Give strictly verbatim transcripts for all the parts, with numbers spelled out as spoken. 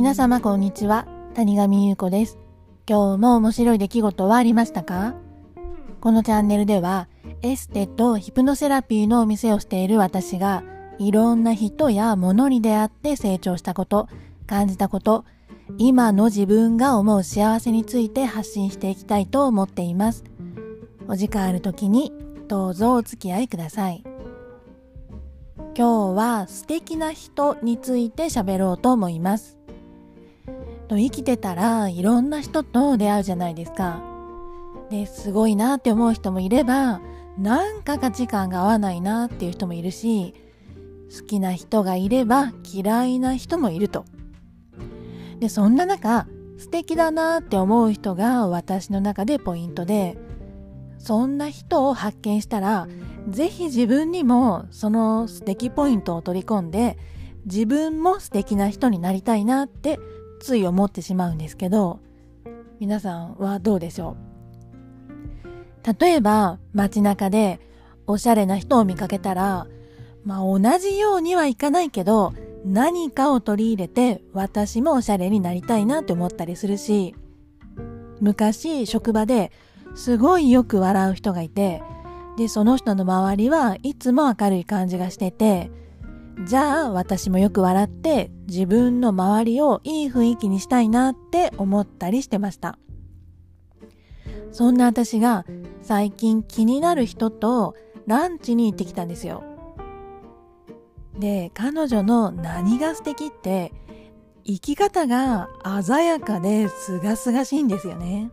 皆様こんにちは、谷上優子です。今日も面白い出来事はありましたか？このチャンネルではエステとヒプノセラピーのお店をしている私がいろんな人や物に出会って成長したこと、感じたこと、今の自分が思う幸せについて発信していきたいと思っています。お時間ある時にどうぞお付き合いください。今日は素敵な人について喋ろうと思います。生きてたらいろんな人と出会うじゃないですか。ですごいなって思う人もいれば、なんか価値観が合わないなっていう人もいるし、好きな人がいれば嫌いな人もいると。で、そんな中、素敵だなって思う人が私の中でポイントで、そんな人を発見したら、ぜひ自分にもその素敵ポイントを取り込んで、自分も素敵な人になりたいなってつい思ってしまうんですけど、皆さんはどうでしょう？例えば街中でおしゃれな人を見かけたら、まあ同じようにはいかないけど、何かを取り入れて私もおしゃれになりたいなって思ったりするし、昔職場ですごいよく笑う人がいて、でその人の周りはいつも明るい感じがしてて、じゃあ私もよく笑って自分の周りをいい雰囲気にしたいなって思ったりしてました。そんな私が最近気になる人とランチに行ってきたんですよ。で、彼女の何が素敵って生き方が鮮やかで清々しいんですよね。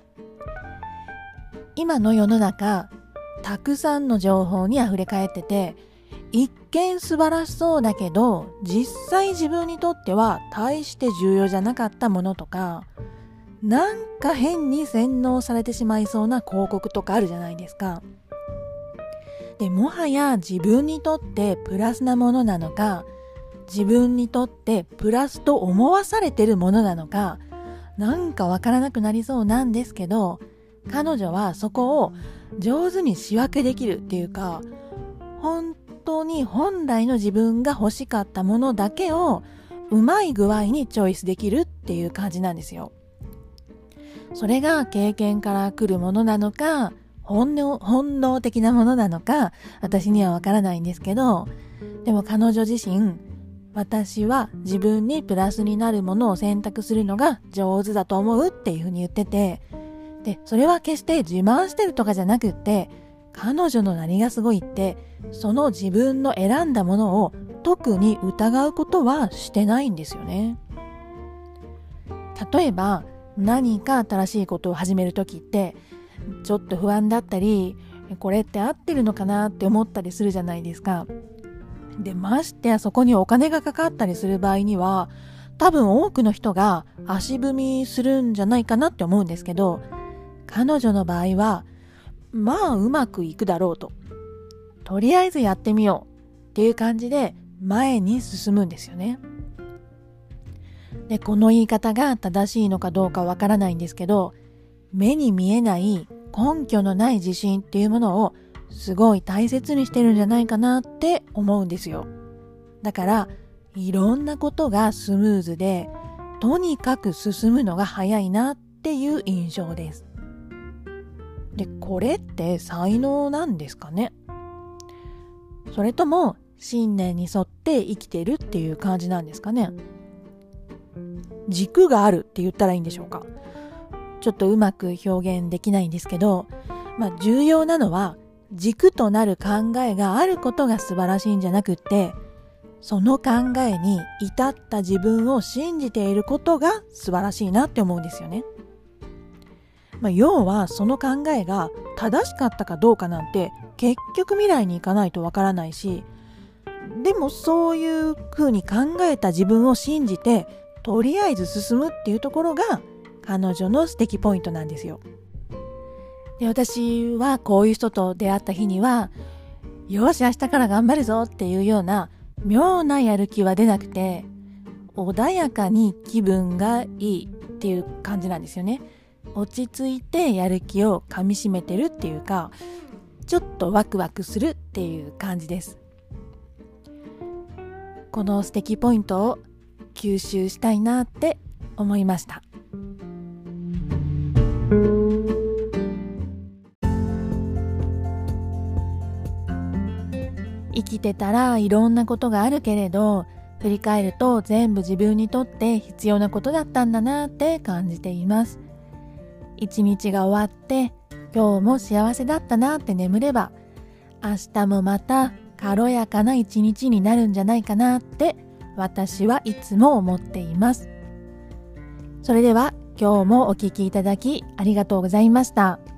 今の世の中、たくさんの情報にあふれかえってて、一見素晴らしそうだけど実際自分にとっては大して重要じゃなかったものとか、なんか変に洗脳されてしまいそうな広告とかあるじゃないですか。でもはや自分にとってプラスなものなのか、自分にとってプラスと思わされてるものなのか、なんかわからなくなりそうなんですけど、彼女はそこを上手に仕分けできるっていうか、本当に本来の自分が欲しかったものだけをうまい具合にチョイスできるっていう感じなんですよ。それが経験から来るものなのか、本能、本能的なものなのか、私にはわからないんですけど、でも彼女自身、私は自分にプラスになるものを選択するのが上手だと思うっていうふうに言ってて、で、それは決して自慢してるとかじゃなくって、彼女の何がすごいって、その自分の選んだものを特に疑うことはしてないんですよね。例えば、何か新しいことを始めるときって、ちょっと不安だったり、これって合ってるのかなって思ったりするじゃないですか。で、ましてやそこにお金がかかったりする場合には、多分多くの人が足踏みするんじゃないかなって思うんですけど、彼女の場合は、まあうまくいくだろうと。とりあえずやってみようっていう感じで前に進むんですよね。で、この言い方が正しいのかどうかわからないんですけど、目に見えない根拠のない自信っていうものをすごい大切にしてるんじゃないかなって思うんですよ。だからいろんなことがスムーズで、とにかく進むのが早いなっていう印象です。で、これって才能なんですかね？それとも信念に沿って生きてるっていう感じなんですかね？軸があるって言ったらいいんでしょうか？ちょっとうまく表現できないんですけど、まあ重要なのは軸となる考えがあることが素晴らしいんじゃなくって、その考えに至った自分を信じていることが素晴らしいなって思うんですよね。まあ、要はその考えが正しかったかどうかなんて結局未来に行かないとわからないし、でもそういうふうに考えた自分を信じてとりあえず進むっていうところが彼女の素敵ポイントなんですよ。で、私はこういう人と出会った日には、よし明日から頑張るぞっていうような妙なやる気は出なくて、穏やかに気分がいいっていう感じなんですよね。落ち着いてやる気をかみしめてるっていうか、ちょっとワクワクするっていう感じです。この素敵ポイントを吸収したいなって思いました。生きてたらいろんなことがあるけれど、振り返ると全部自分にとって必要なことだったんだなって感じています。一日が終わって今日も幸せだったなって眠れば、明日もまた軽やかな一日になるんじゃないかなって私はいつも思っています。それでは今日もお聞きいただきありがとうございました。